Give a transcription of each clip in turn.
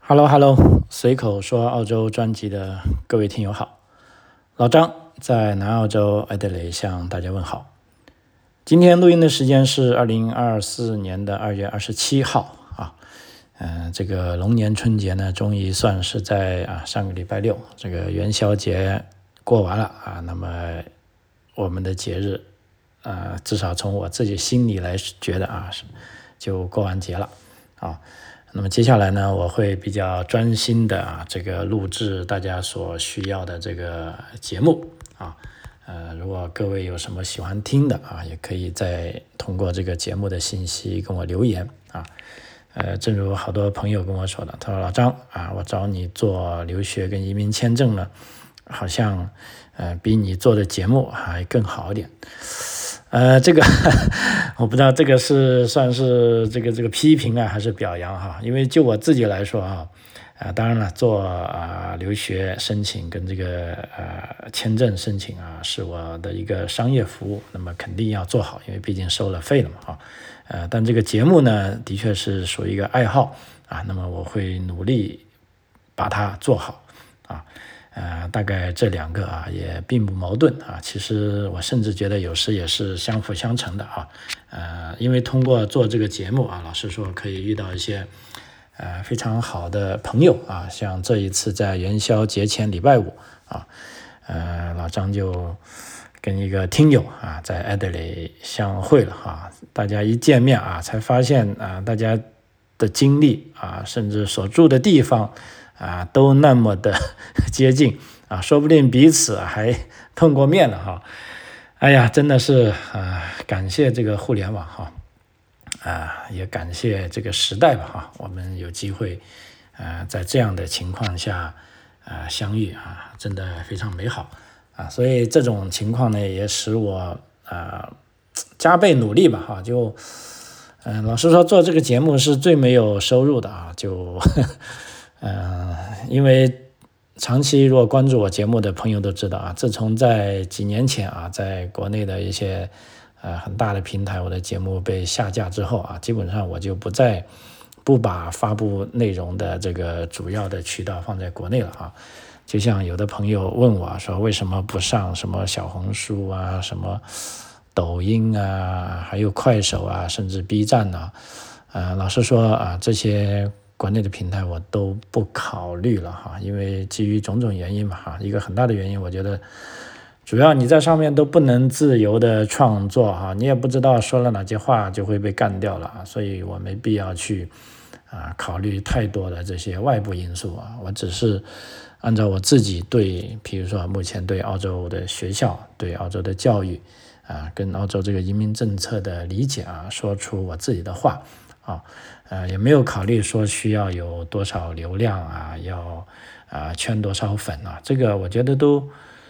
Hello Hello，随口说澳洲专辑的各位听友好，老张在南澳洲爱德雷向大家问好。今天录音的时间是2024年的2月27号啊，这个龙年春节呢，终于算是在上个礼拜六，这个元宵节过完了啊，那么我们的节日至少从我自己心里来觉得就过完节了啊。那么接下来呢，我会比较专心的这个录制大家所需要的这个节目啊。如果各位有什么喜欢听的也可以再通过这个节目的信息跟我留言啊。正如好多朋友跟我说的，他说老张我找你做留学跟移民签证呢，好像比你做的节目还更好一点。这个我不知道这个是算是这个批评还是表扬哈，因为就我自己来说当然了，做留学申请跟这个签证申请是我的一个商业服务，那么肯定要做好，因为毕竟收了费了嘛但这个节目呢，的确是属于一个爱好那么我会努力把它做好大概这两个也并不矛盾其实我甚至觉得有时也是相辅相成的因为通过做这个节目老实说可以遇到一些非常好的朋友像这一次在元宵节前礼拜五老张就跟一个听友在爱德雷相会了大家一见面才发现大家的经历甚至所住的地方都那么的接近说不定彼此还碰过面了哎呀，真的是感谢这个互联网也感谢这个时代吧我们有机会在这样的情况下相遇真的非常美好所以这种情况呢也使我加倍努力吧就老实说做这个节目是最没有收入的就因为长期如果关注我节目的朋友都知道自从在几年前在国内的一些很大的平台我的节目被下架之后基本上我就不把发布内容的这个主要的渠道放在国内了就像有的朋友问我说为什么不上什么小红书什么抖音还有快手甚至 B 站老实说这些国内的平台我都不考虑了因为基于种种原因嘛一个很大的原因我觉得主要你在上面都不能自由的创作你也不知道说了哪些话就会被干掉了所以我没必要去考虑太多的这些外部因素我只是按照我自己对比如说目前对澳洲的学校对澳洲的教育跟澳洲这个移民政策的理解说出我自己的话也没有考虑说需要有多少流量要圈多少粉这个我觉得都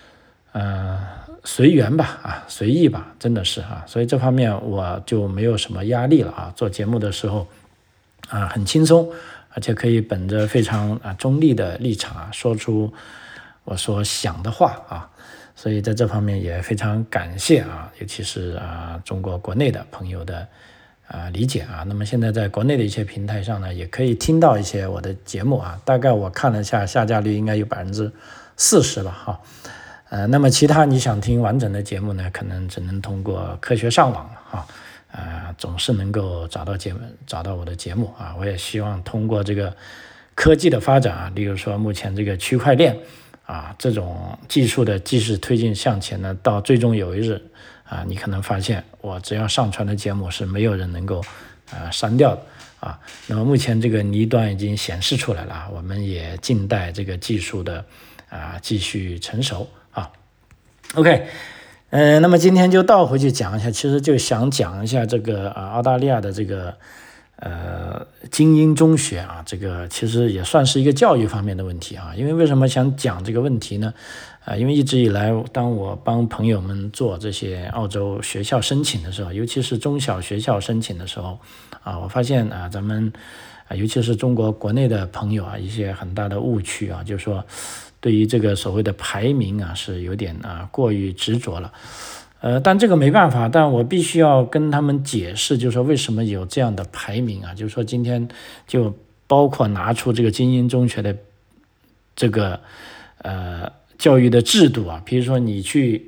随缘吧随意吧真的是所以这方面我就没有什么压力了做节目的时候很轻松，而且可以本着非常中立的立场说出我所想的话所以在这方面也非常感谢尤其是中国国内的朋友的理解那么现在在国内的一些平台上呢也可以听到一些我的节目大概我看了下架率应该有40%吧那么其他你想听完整的节目呢可能只能通过科学上网总是能够找到我的节目我也希望通过这个科技的发展例如说目前这个区块链这种技术的即使推进向前呢到最终有一日你可能发现我只要上传的节目是没有人能够删掉的那么目前这个倪端已经显示出来了我们也静待这个技术的继续成熟OK那么今天就倒回去讲一下，其实就想讲一下这个澳大利亚的这个精英中学这个其实也算是一个教育方面的问题因为为什么想讲这个问题呢因为一直以来当我帮朋友们做这些澳洲学校申请的时候，尤其是中小学校申请的时候我发现咱们尤其是中国国内的朋友一些很大的误区就是说对于这个所谓的排名是有点过于执着了但这个没办法，但我必须要跟他们解释就是说为什么有这样的排名就是说今天就包括拿出这个精英中学的这个教育的制度啊，比如说你去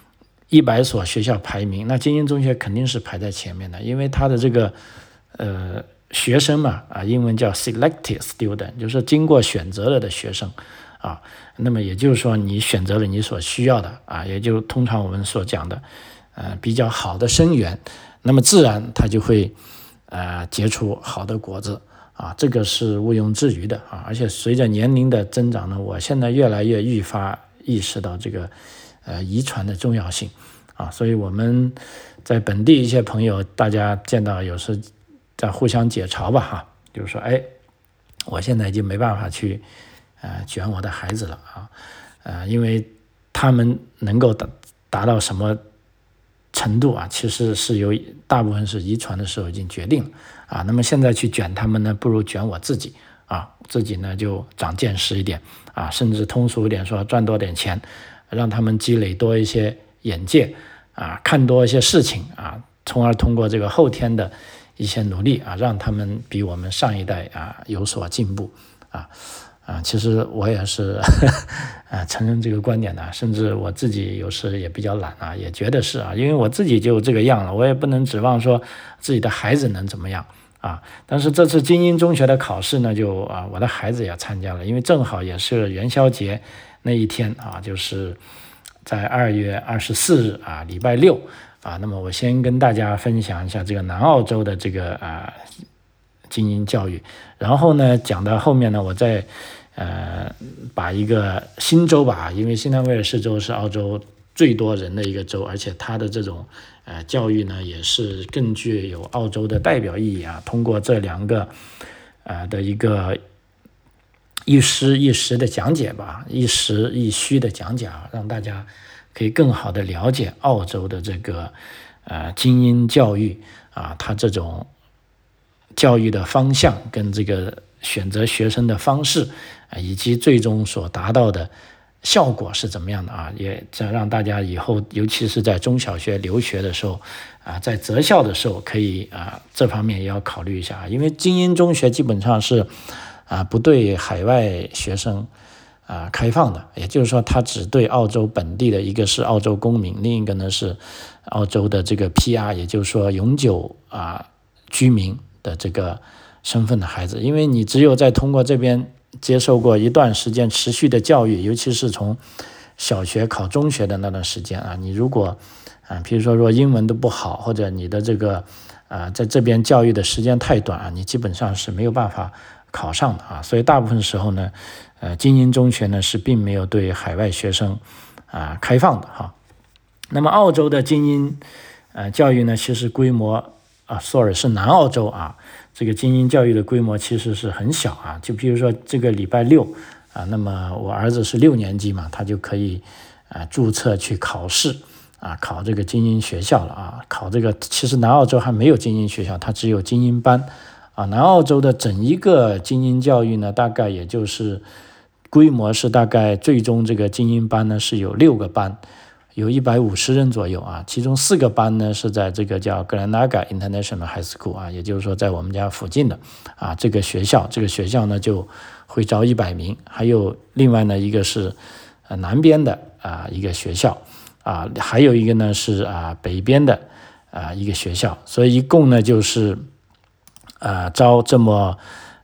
100所学校排名，那精英中学肯定是排在前面的，因为它的这个学生嘛，英文叫 selected student， 就是经过选择了的学生啊。那么也就是说，你选择了你所需要的啊，也就通常我们所讲的比较好的生源，那么自然它就会结出好的果子啊，这个是毋庸置疑的啊。而且随着年龄的增长呢，我现在越来越愈发意识到这个遗传的重要性啊，所以我们在本地一些朋友，大家见到有时在互相解嘲吧哈，就是说我现在已经没办法去卷我的孩子了啊，因为他们能够达到什么程度啊，其实是由大部分是遗传的时候已经决定了啊。那么现在去卷他们呢，不如卷我自己啊，自己呢就长见识一点啊，甚至通俗一点说，赚多点钱，让他们积累多一些眼界啊，看多一些事情啊，从而通过这个后天的一些努力啊，让他们比我们上一代有所进步其实我也是承认这个观点的，甚至我自己有时也比较懒也觉得是因为我自己就这个样了，我也不能指望说自己的孩子能怎么样但是这次精英中学的考试呢，我的孩子也参加了，因为正好也是元宵节那一天就是在2月24日礼拜6那么我先跟大家分享一下这个南澳洲的这个精英教育，然后呢讲到后面呢，我再把一个新州吧，因为新南威尔士州是澳洲最多人的一个州，而且它的这种教育呢也是更具有澳洲的代表意义通过这2个的一个一实一实的讲解吧，一实一虚的讲解让大家可以更好的了解澳洲的这个精英教育它这种教育的方向跟这个选择学生的方式以及最终所达到的效果是怎么样的也让大家以后尤其是在中小学留学的时候在择校的时候可以这方面也要考虑一下因为精英中学基本上是不对海外学生开放的，也就是说它只对澳洲本地的，一个是澳洲公民，另一个呢是澳洲的这个 PR， 也就是说永久居民的这个身份的孩子，因为你只有在通过这边接受过一段时间持续的教育，尤其是从小学考中学的那段时间你如果比如说英文都不好，或者你的这个在这边教育的时间太短你基本上是没有办法考上的所以大部分时候呢精英中学呢是并没有对海外学生开放的那么澳洲的精英教育呢，其实规模是南澳洲这个精英教育的规模其实是很小就比如说这个礼拜6那么我儿子是6年级嘛，他就可以注册去考试考这个精英学校了考这个其实南澳洲还没有精英学校，它只有精英班南澳洲的整一个精英教育呢，大概也就是规模是大概最终这个精英班呢是有6个班，有150人左右其中4个班呢是在这个叫 Glenaga International High School 也就是说在我们家附近的这个学校呢就会招100名，还有另外呢一个是南边的一个学校还有一个呢是北边的一个学校，所以一共呢就是招这么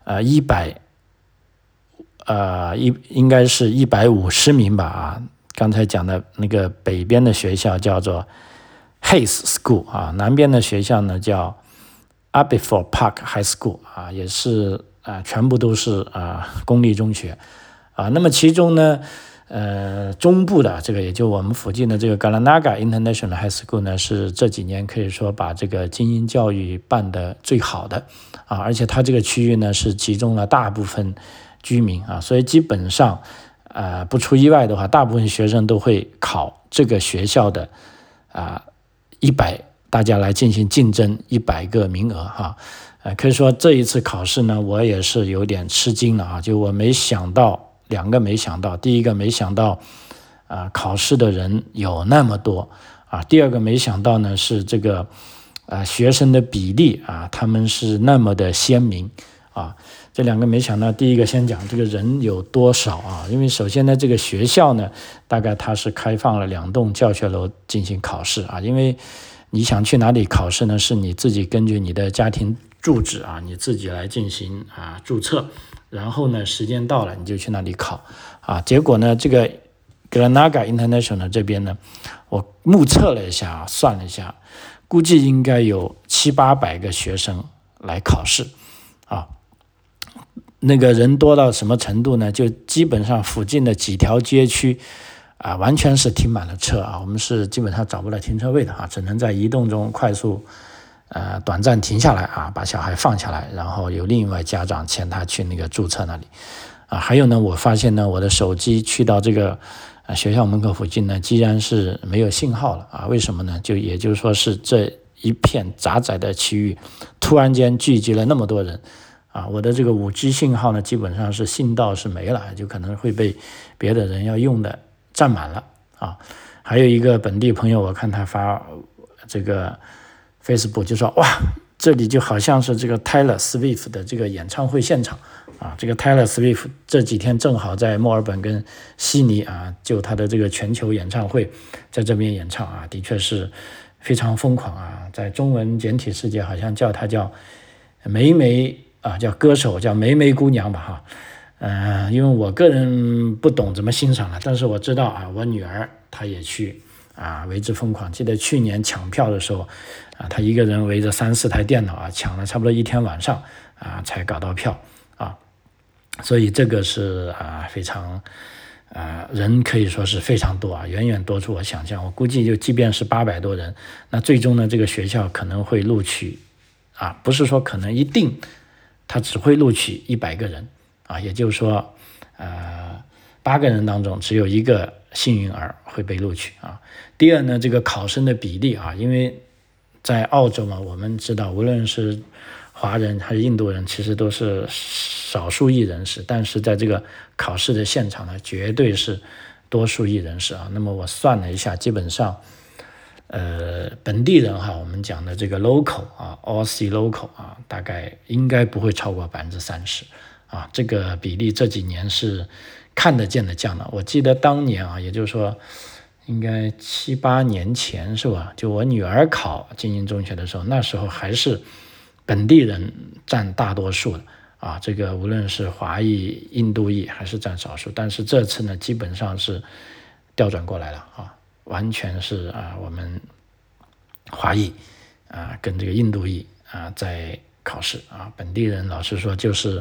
应该是150名吧刚才讲的那个北边的学校叫做 Hayes School 南边的学校呢叫 Aberfoyle Park High School 也是全部都是公立中学那么其中呢中部的这个也就我们附近的这个 Glenaga International High School 呢是这几年可以说把这个精英教育办得最好的而且它这个区域呢是集中了大部分居民所以基本上不出意外的话，大部分学生都会考这个学校的大家来进行竞争100个名额可以说这一次考试呢，我也是有点吃惊了就我没想到2个没想到，第一个没想到考试的人有那么多第二个没想到呢是这个学生的比例他们是那么的鲜明这两个没想到，第一个先讲这个人有多少啊？因为首先呢，这个学校呢，大概它是开放了2栋教学楼进行考试啊。因为你想去哪里考试呢？是你自己根据你的家庭住址啊，你自己来进行注册，然后呢，时间到了你就去那里考啊。结果呢，这个 Granada International 这边呢，我目测了一下，算了一下，估计应该有700-800个学生来考试啊。那个人多到什么程度呢？就基本上附近的几条街区完全是停满了车啊。我们是基本上找不到停车位的啊，只能在移动中快速短暂停下来啊，把小孩放下来，然后有另外家长牵他去那个注册那里啊。还有呢，我发现呢，我的手机去到这个学校门口附近呢，既然是没有信号了啊。为什么呢？也就是说是这一片狭窄的区域突然间聚集了那么多人啊，我的这个5G 信号呢，基本上是信道是没了，就可能会被别的人要用的占满了啊。还有一个本地朋友，我看他发这个 Facebook 就说，哇，这里就好像是这个 Taylor Swift 的这个演唱会现场啊。这个 Taylor Swift 这几天正好在墨尔本跟悉尼啊，就他的这个全球演唱会在这边演唱啊，的确是非常疯狂啊。在中文简体世界好像叫他叫梅梅叫歌手叫梅梅姑娘吧哈。因为我个人不懂怎么欣赏了，但是我知道啊，我女儿她也去为之疯狂。记得去年抢票的时候她一个人围着3-4台电脑抢了差不多1天晚上才搞到票啊。所以这个是非常人可以说是非常多远远多出我想象。我估计就即便是800多人，那最终呢，这个学校可能会录取不是说可能一定，他只会录取100个人也就是说8个人当中只有1个幸运儿会被录取第二呢，这个考生的比例因为在澳洲嘛，我们知道无论是华人还是印度人，其实都是少数裔人士，但是在这个考试的现场呢，绝对是多数裔人士那么我算了一下，基本上本地人我们讲的这个 local Aussie local 大概应该不会超过30%这个比例这几年是看得见的降了。我记得当年也就是说应该7-8年前是吧？就我女儿考精英中学的时候，那时候还是本地人占大多数的这个无论是华裔、印度裔还是占少数，但是这次呢，基本上是调转过来了完全是我们华裔跟这个印度裔在考试本地人老实说就是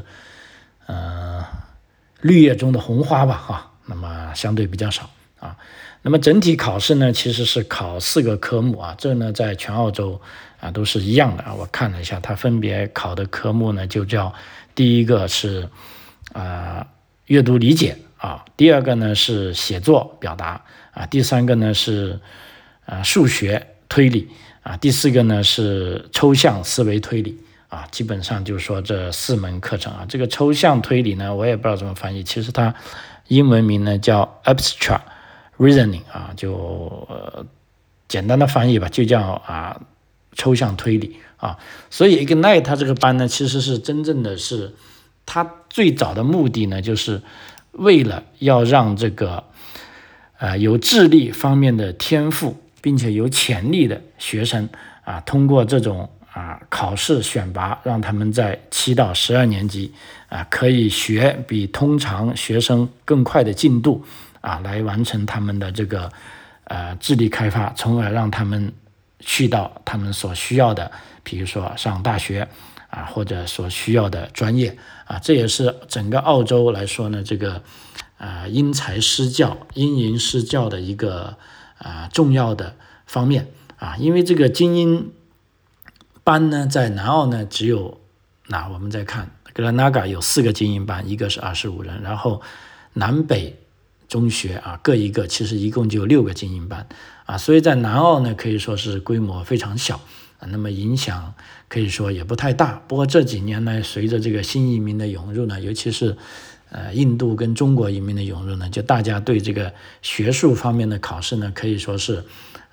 绿叶中的红花吧那么相对比较少那么整体考试呢，其实是考4个科目这呢在全澳洲都是一样的我看了一下，它分别考的科目呢，就叫第一个是阅读理解第二个呢是写作表达第三个呢是数学推理第4个呢是抽象思维推理基本上就是说这4门课程这个抽象推理呢，我也不知道怎么翻译，其实它英文名呢叫 abstract reasoning 就简单的翻译吧，就叫抽象推理所以 Ignite 它这个班呢，其实是真正的是它最早的目的呢，就是为了要让这个有智力方面的天赋并且有潜力的学生通过这种考试选拔，让他们在7到12年级可以学比通常学生更快的进度来完成他们的这个智力开发，从而让他们去到他们所需要的，比如说上大学或者所需要的专业这也是整个澳洲来说呢，这个因材施教、因营施教的一个重要的方面因为这个精英班呢，在南澳呢只有我们再看格拉纳嘎有4个精英班，一个是25人，然后南北中学各一个，其实一共就有6个精英班所以在南澳呢可以说是规模非常小那么影响可以说也不太大。不过这几年呢，随着这个新移民的涌入呢，尤其是印度跟中国移民的涌入呢，就大家对这个学术方面的考试呢，可以说是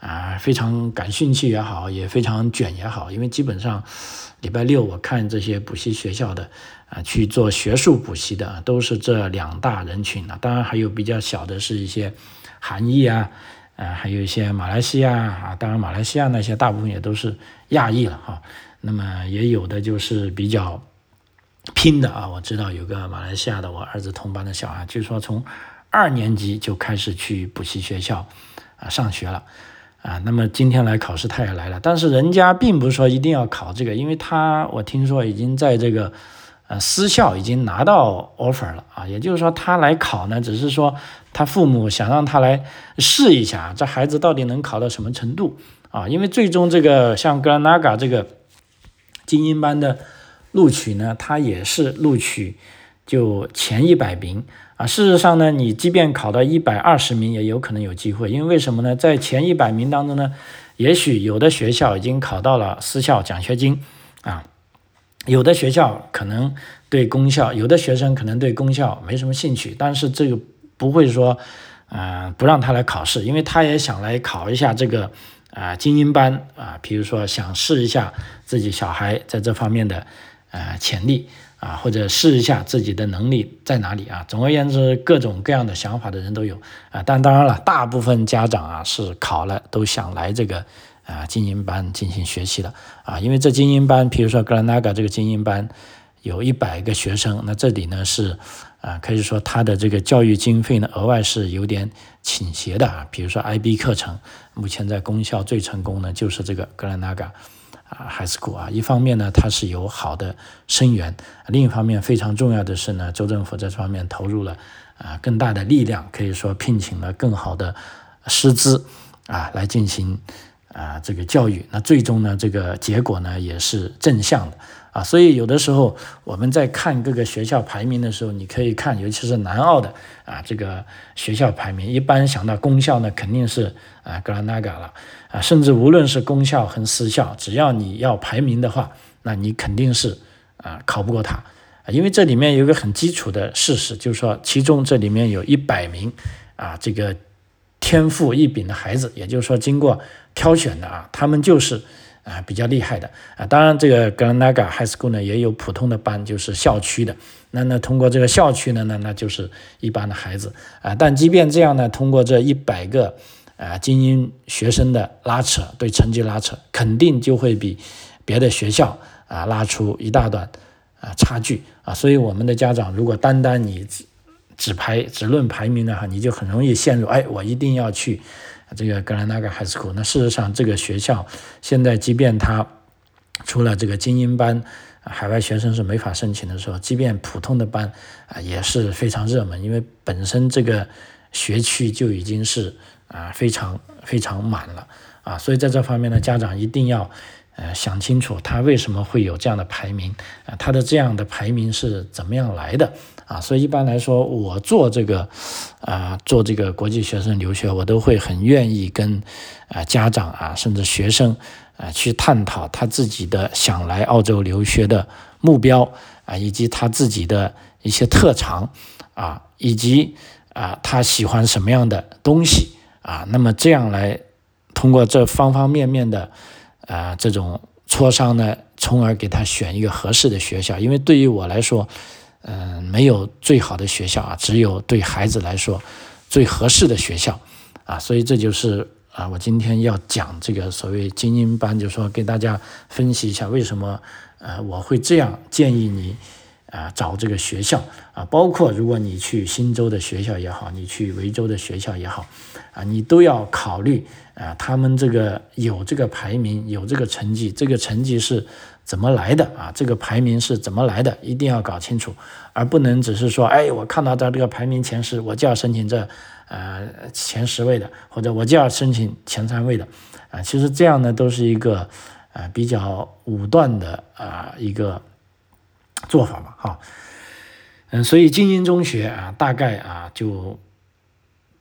非常感兴趣也好，也非常卷也好，因为基本上礼拜六我看这些补习学校的去做学术补习的都是这2大人群当然还有比较小的是一些韩裔还有一些马来西亚当然马来西亚那些大部分也都是亚裔了那么也有的就是比较拼的我知道有个马来西亚的我儿子同班的小孩，据说从2年级就开始去补习学校上学了那么今天来考试他也来了，但是人家并不是说一定要考这个，因为我听说已经在这个私校已经拿到 offer 了也就是说他来考呢，只是说他父母想让他来试一下这孩子到底能考到什么程度因为最终这个像格兰纳嘎这个精英班的录取呢，他也是录取就前100名事实上呢，你即便考到120名也有可能有机会，因为为什么呢？在前100名当中呢，也许有的学校已经考到了私校奖学金有的学校可能对公校，有的学生可能对公校没什么兴趣，但是这个不会说不让他来考试，因为他也想来考一下这个精英班比如说想试一下自己小孩在这方面的潜力或者试一下自己的能力在哪里总而言之，各种各样的想法的人都有但当然了，大部分家长是考了都想来这个精英班进行学习的因为这精英班，比如说格兰纳嘎这个精英班有100个学生，那这里呢是可以说他的这个教育经费呢额外是有点倾斜的比如说 IB 课程，目前在公校最成功呢就是这个格兰纳嘎High School一方面呢它是有好的生源，另一方面非常重要的是呢，州政府在这方面投入了更大的力量，可以说聘请了更好的师资来进行这个教育，那最终呢这个结果呢也是正向的所以有的时候我们在看各个学校排名的时候，你可以看尤其是南澳的这个学校排名，一般想到公校呢肯定是格兰纳嘎了甚至无论是公校和私校，只要你要排名的话，那你肯定是考不过他因为这里面有一个很基础的事实，就是说其中这里面有100名这个天赋异禀的孩子，也就是说经过挑选的他们就是比较厉害的当然这个格兰纳嘎 High School 呢也有普通的班，就是校区的，那通过这个校区呢那就是一般的孩子但即便这样呢，通过这100个精英学生的拉扯，对成绩拉扯，肯定就会比别的学校拉出一大段差距所以我们的家长如果单单你只论排名的话，你就很容易陷入我一定要去这个格兰纳嘎 High School。 那事实上这个学校现在即便它除了这个精英班海外学生是没法申请的时候，即便普通的班也是非常热门，因为本身这个学区就已经是非常非常满了所以在这方面呢，家长一定要想清楚他为什么会有这样的排名他的这样的排名是怎么样来的所以一般来说我做这个国际学生留学，我都会很愿意跟家长甚至学生去探讨他自己的想来澳洲留学的目标以及他自己的一些特长以及他喜欢什么样的东西那么这样来通过这方方面面的这种磋商呢，从而给他选一个合适的学校。因为对于我来说没有最好的学校只有对孩子来说最合适的学校所以这就是我今天要讲这个所谓精英班，就是说给大家分析一下为什么我会这样建议你找这个学校包括如果你去新州的学校也好，你去维州的学校也好你都要考虑他们这个有这个排名，有这个成绩，这个成绩是怎么来的这个排名是怎么来的，一定要搞清楚，而不能只是说我看到这个排名前10我就要申请这前10位的，或者我就要申请前3位的其实这样呢都是一个比较武断的一个做法吧所以精英中学大概就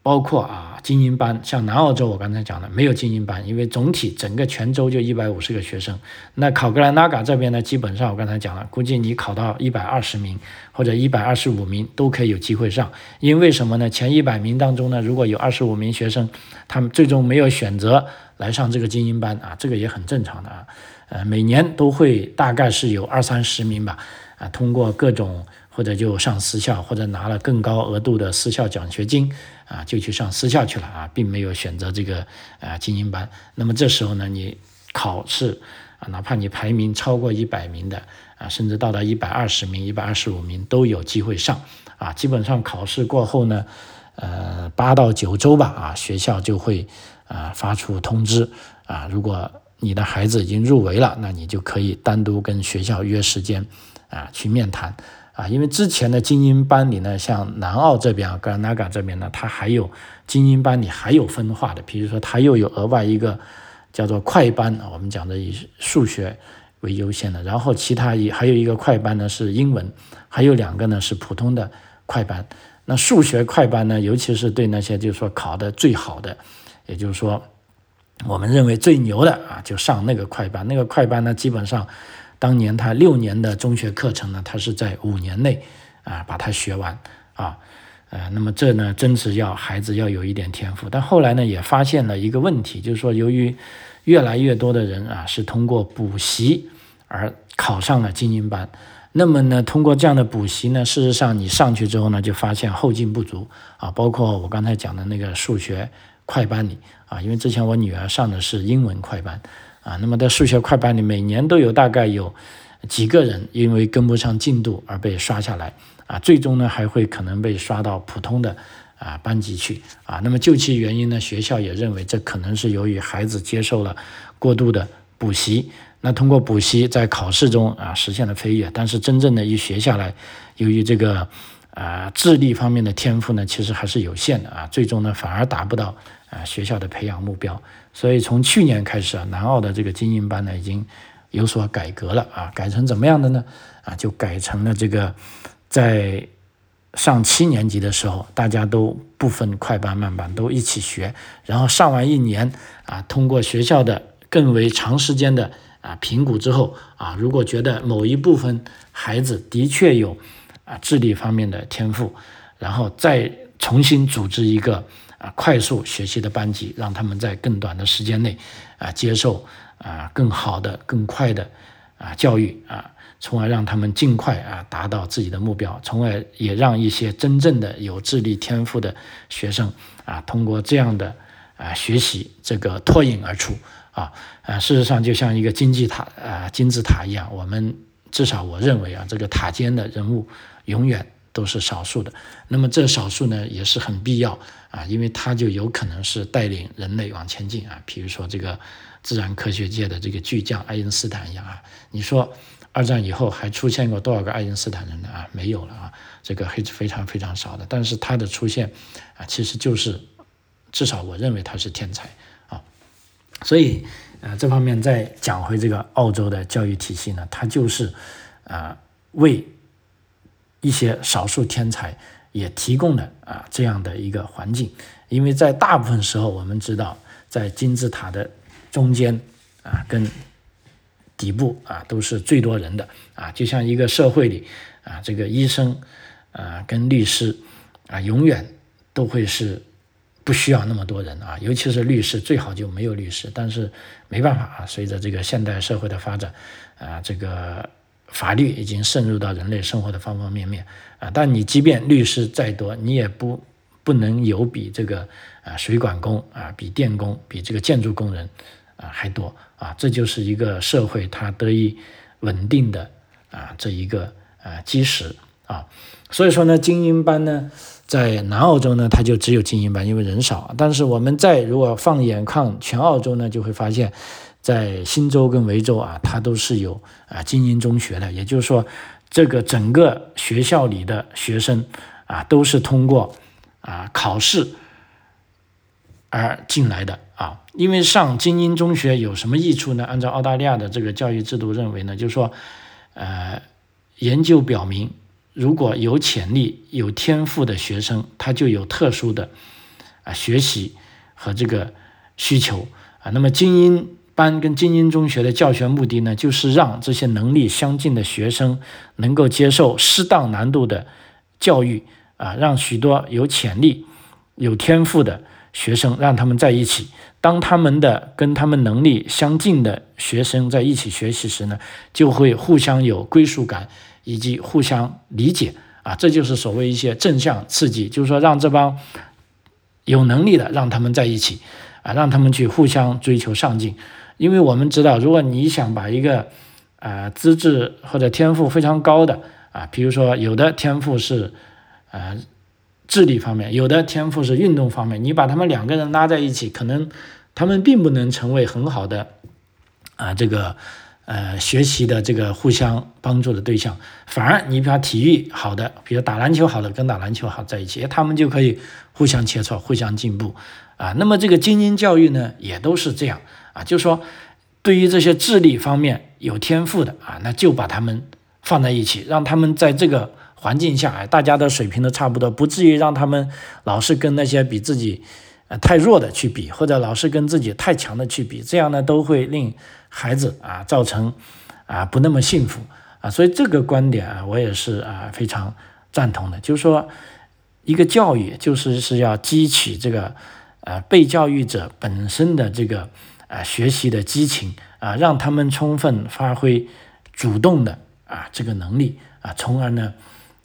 包括精英班，像南澳洲我刚才讲的没有精英班，因为整个全州就150个学生。那考格兰纳嘎这边呢，基本上我刚才讲了，估计你考到120名或者125名都可以有机会上。因为什么呢？前100名当中呢，如果有25名学生，他们最终没有选择来上这个精英班这个也很正常的每年都会大概是有20-30名吧通过各种或者就上私校，或者拿了更高额度的私校奖学金就去上私校去了并没有选择这个精英班。那么这时候呢，你考试哪怕你排名超过100名的甚至到达120名、125名都有机会上基本上考试过后呢8到9周吧学校就会发出通知如果你的孩子已经入围了，那你就可以单独跟学校约时间去面谈因为之前的精英班里呢，像南澳这边格兰纳嘎这边呢，它还有精英班里还有分化的，比如说它又有额外一个叫做快班我们讲的以数学为优先的，然后其他还有一个快班呢是英文，还有2个呢是普通的快班。那数学快班呢，尤其是对那些就是说考得最好的，也就是说我们认为最牛的就上那个快班。那个快班呢，基本上当年他6年的中学课程呢，他是在5年内把它学完那么这呢，真是要孩子要有一点天赋。但后来呢，也发现了一个问题，就是说由于越来越多的人是通过补习而考上了精英班。那么呢，通过这样的补习呢，事实上你上去之后呢，就发现后劲不足包括我刚才讲的那个数学快班里因为之前我女儿上的是英文快班那么在数学快班里每年都有大概有几个人因为跟不上进度而被刷下来最终呢还会可能被刷到普通的班级去那么究其原因呢，学校也认为这可能是由于孩子接受了过度的补习。那通过补习在考试中实现了飞跃，但是真正的一学下来，由于这个智力方面的天赋呢，其实还是有限的最终呢反而达不到学校的培养目标。所以从去年开始南澳的这个精英班呢已经有所改革了改成怎么样的呢就改成了这个在上7年级的时候，大家都不分快班慢班，都一起学，然后上完1年通过学校的更为长时间的评估之后如果觉得某一部分孩子的确有智力方面的天赋，然后再重新组织一个快速学习的班级，让他们在更短的时间内接受更好的更快的教育从而让他们尽快达到自己的目标，从而也让一些真正的有智力天赋的学生通过这样的学习这个脱颖而出事实上就像一个金字塔一样，我们至少我认为这个塔尖的人物永远都是少数的。那么这少数呢也是很必要因为它就有可能是带领人类往前进比如说这个自然科学界的这个巨匠爱因斯坦一样你说2战以后还出现过多少个爱因斯坦人呢没有了这个非常非常少的。但是他的出现其实就是至少我认为他是天才所以这方面再讲回这个澳洲的教育体系呢，它就是为一些少数天才也提供了这样的一个环境。因为在大部分时候我们知道在金字塔的中间跟底部都是最多人的就像一个社会里这个医生跟律师永远都会是不需要那么多人尤其是律师最好就没有律师，但是没办法随着这个现代社会的发展这个法律已经渗入到人类生活的方方面面但你即便律师再多，你也不能有比这个水管工比电工比这个建筑工人还多这就是一个社会它得以稳定的这一个基石所以说呢，精英班呢在南澳洲呢它就只有精英班，因为人少但是我们如果放眼看全澳洲呢，就会发现在新州跟维州它都是有精英中学的。也就是说这个整个学校里的学生都是通过考试而进来的因为上精英中学有什么益处呢？按照澳大利亚的这个教育制度认为呢，就是说研究表明如果有潜力有天赋的学生，他就有特殊的学习和这个需求那么精英班跟精英中学的教学目的呢，就是让这些能力相近的学生能够接受适当难度的教育让许多有潜力、有天赋的学生让他们在一起。当他们跟他们能力相近的学生在一起学习时呢，就会互相有归属感以及互相理解这就是所谓一些正向刺激，就是说让这帮有能力的让他们在一起让他们去互相追求上进。因为我们知道，如果你想把一个资质或者天赋非常高的比如说有的天赋是智力方面，有的天赋是运动方面，你把他们两个人拉在一起，可能他们并不能成为很好的这个学习的这个互相帮助的对象。反而你把体育好的，比如打篮球好的跟打篮球好在一起，他们就可以互相切磋、互相进步那么这个精英教育呢，也都是这样就是说对于这些智力方面有天赋的那就把他们放在一起，让他们在这个环境下大家的水平都差不多，不至于让他们老是跟那些比自己太弱的去比，或者老是跟自己太强的去比，这样呢都会令孩子造成不那么幸福所以这个观点我也是非常赞同的，就是说一个教育是要激起这个被教育者本身的这个学习的激情让他们充分发挥主动的这个能力从而呢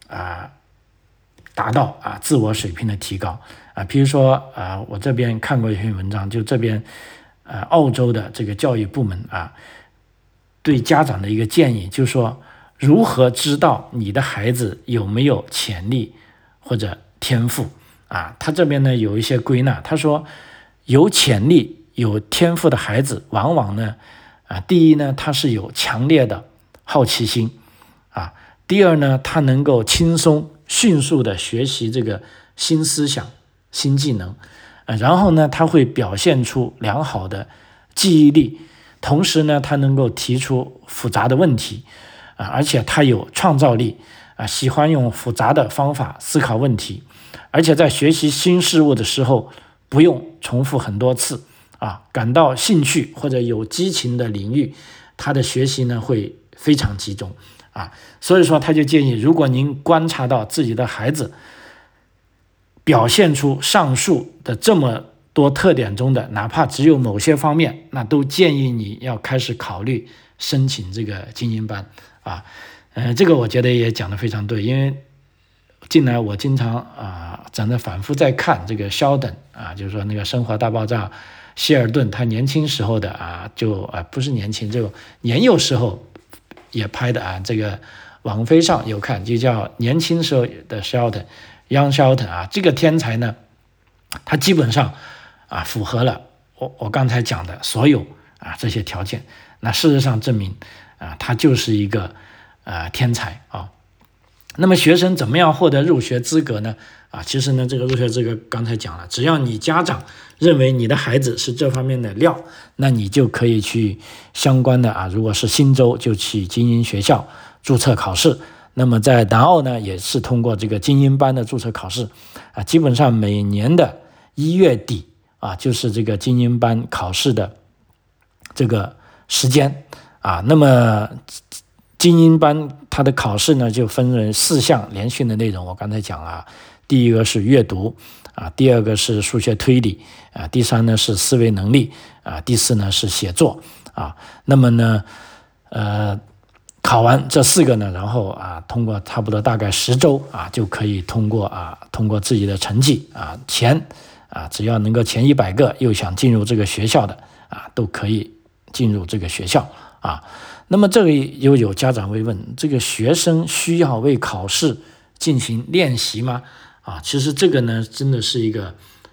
达到自我水平的提高比如说我这边看过一篇文章，就这边澳洲的这个教育部门对家长的一个建议，就是说如何知道你的孩子有没有潜力或者天赋他这边呢有一些归纳，他说有潜力有天赋的孩子往往呢第一呢他是有强烈的好奇心第二呢他能够轻松迅速的学习这个新思想新技能然后呢他会表现出良好的记忆力，同时呢他能够提出复杂的问题而且他有创造力喜欢用复杂的方法思考问题，而且在学习新事物的时候不用重复很多次感到兴趣或者有激情的领域，他的学习呢会非常集中所以说他就建议，如果您观察到自己的孩子表现出上述的这么多特点中的哪怕只有某些方面，那都建议你要开始考虑申请这个精英班这个我觉得也讲得非常对，因为近来我经常反复在看这个肖登就是说那个生活大爆炸希尔顿他年轻时候的不是年轻，就年幼时候也拍的这个网飞上有看，就叫年轻时候的 Young Sheldon 这个天才呢，他基本上符合了我刚才讲的所有这些条件，那事实上证明他就是一个天才那么学生怎么样获得入学资格呢其实呢这个入学资格刚才讲了，只要你家长认为你的孩子是这方面的料，那你就可以去相关的如果是新州就去精英学校注册考试，那么在南澳呢也是通过这个精英班的注册考试基本上每年的1月底就是这个精英班考试的这个时间那么精英班它的考试呢就分为4项连续的内容，我刚才讲第一个是阅读第二个是数学推理第三呢是思维能力第四呢是写作那么呢考完这4个呢，然后通过差不多大概10周就可以通过自己的成绩只要能够前100个又想进入这个学校的都可以进入这个学校那么这里又有家长会问，这个学生需要为考试进行练习吗其实这个呢真的是一个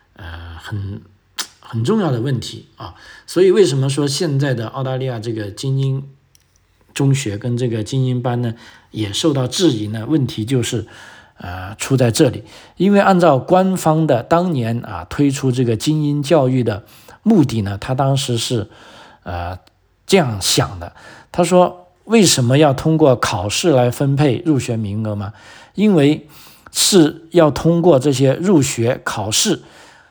很重要的问题所以为什么说现在的澳大利亚这个精英中学跟这个精英班呢也受到质疑呢？问题就是出在这里，因为按照官方的当年推出这个精英教育的目的呢，他当时是这样想的，他说为什么要通过考试来分配入学名额吗？因为是要通过这些入学考试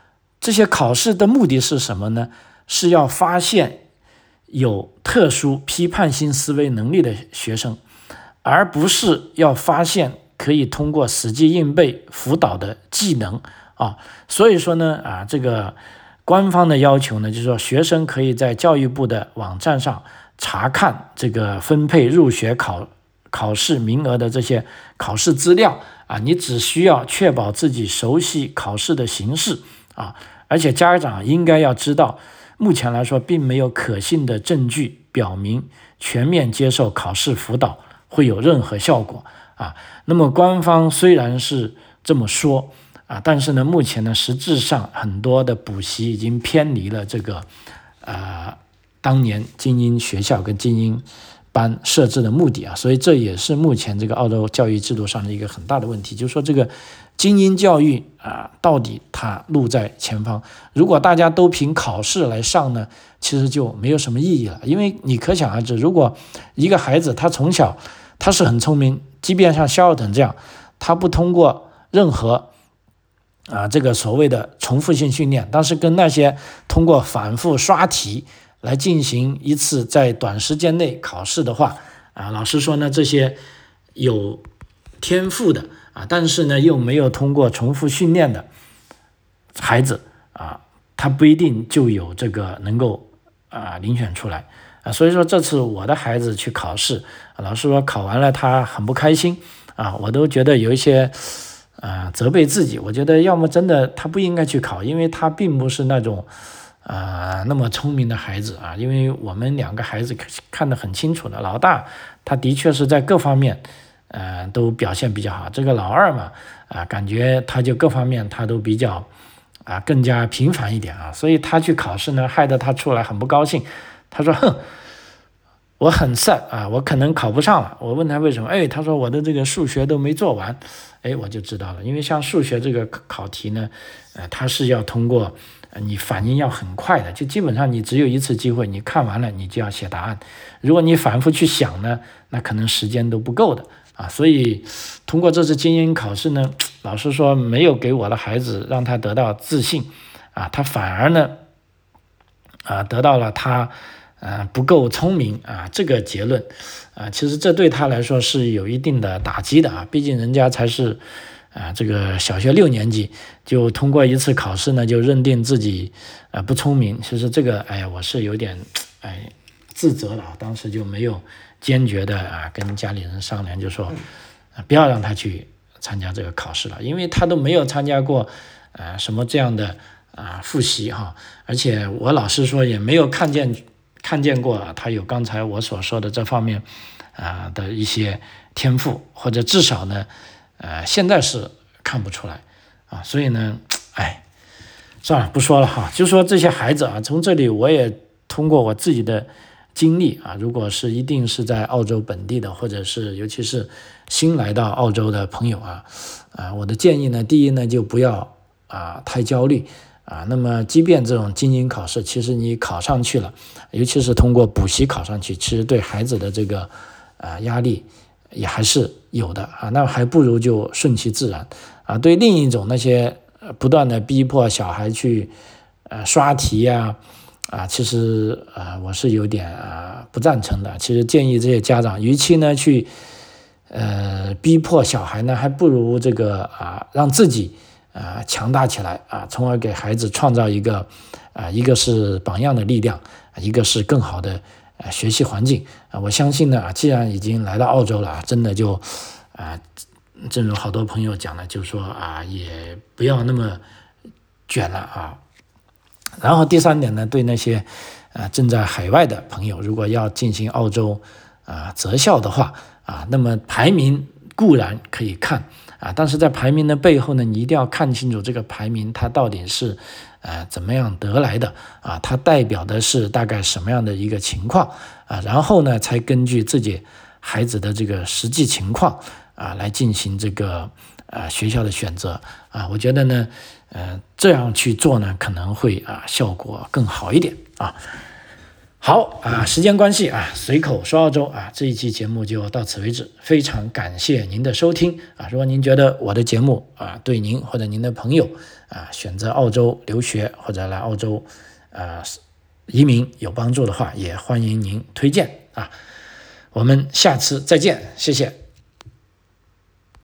这些考试的目的是什么呢？是要发现有特殊批判性思维能力的学生，而不是要发现可以通过死记硬背辅导的技能啊。所以说呢这个官方的要求呢，就是说学生可以在教育部的网站上查看这个分配入学考试名额的这些考试资料啊，你只需要确保自己熟悉考试的形式啊，而且家长应该要知道，目前来说并没有可信的证据表明全面接受考试辅导会有任何效果啊。那么官方虽然是这么说啊，但是呢，目前呢，实质上很多的补习已经偏离了这个当年精英学校跟精英班设置的目的啊，所以这也是目前这个澳洲教育制度上的一个很大的问题，就是说这个精英教育到底它路在前方，如果大家都凭考试来上呢，其实就没有什么意义了，因为你可想而知，如果一个孩子他从小他是很聪明，即便像肖尔顿这样，他不通过任何这个所谓的重复性训练，但是跟那些通过反复刷题来进行一次在短时间内考试的话老实说呢，这些有天赋的但是呢又没有通过重复训练的孩子他不一定就有这个能够遴选出来所以说这次我的孩子去考试老师说考完了他很不开心我都觉得有一些责备自己，我觉得要么真的他不应该去考，因为他并不是那种那么聪明的孩子因为我们两个孩子看得很清楚的，老大他的确是在各方面都表现比较好，这个老二嘛感觉他就各方面他都比较更加频繁一点所以他去考试呢，害得他出来很不高兴，他说哼，我很sad我可能考不上了。我问他为什么，他说我的这个数学都没做完，我就知道了，因为像数学这个考题呢，它是要通过你反应要很快的，就基本上你只有一次机会，你看完了你就要写答案，如果你反复去想呢，那可能时间都不够的所以通过这次精英考试呢，老师说没有给我的孩子让他得到自信他反而呢得到了他不够聪明这个结论其实这对他来说是有一定的打击的毕竟人家才是这个小学6年级就通过一次考试呢就认定自己不聪明，其实这个我是有点自责了，当时就没有坚决的跟家里人商量，就说不要让他去参加这个考试了，因为他都没有参加过什么这样的复习而且我老实说也没有看见过他有刚才我所说的这方面的一些天赋，或者至少呢现在是看不出来所以呢算了不说了就说这些孩子从这里我也通过我自己的经历如果是一定是在澳洲本地的，或者是尤其是新来到澳洲的朋友我的建议呢，第一呢就不要太焦虑那么即便这种精英考试，其实你考上去了，尤其是通过补习考上去，其实对孩子的这个压力也还是有的那还不如就顺其自然对另一种那些不断的逼迫小孩去刷题其实我是有点不赞成的。其实建议这些家长，与其呢去逼迫小孩呢，还不如这个让自己强大起来从而给孩子创造一个一个是榜样的力量，一个是更好的学习环境我相信呢既然已经来到澳洲了真的就正如好多朋友讲的，就是说也不要那么卷了然后第三点呢，对那些正在海外的朋友，如果要进行澳洲择校的话那么排名固然可以看但是在排名的背后呢，你一定要看清楚这个排名它到底是怎么样得来的它代表的是大概什么样的一个情况然后呢才根据自己孩子的这个实际情况来进行这个学校的选择我觉得呢这样去做呢可能会效果更好一点好啊，时间关系啊，随口说澳洲啊，这一期节目就到此为止。非常感谢您的收听啊！如果您觉得我的节目啊对您或者您的朋友啊选择澳洲留学或者来澳洲移民有帮助的话，也欢迎您推荐啊。我们下次再见，谢谢。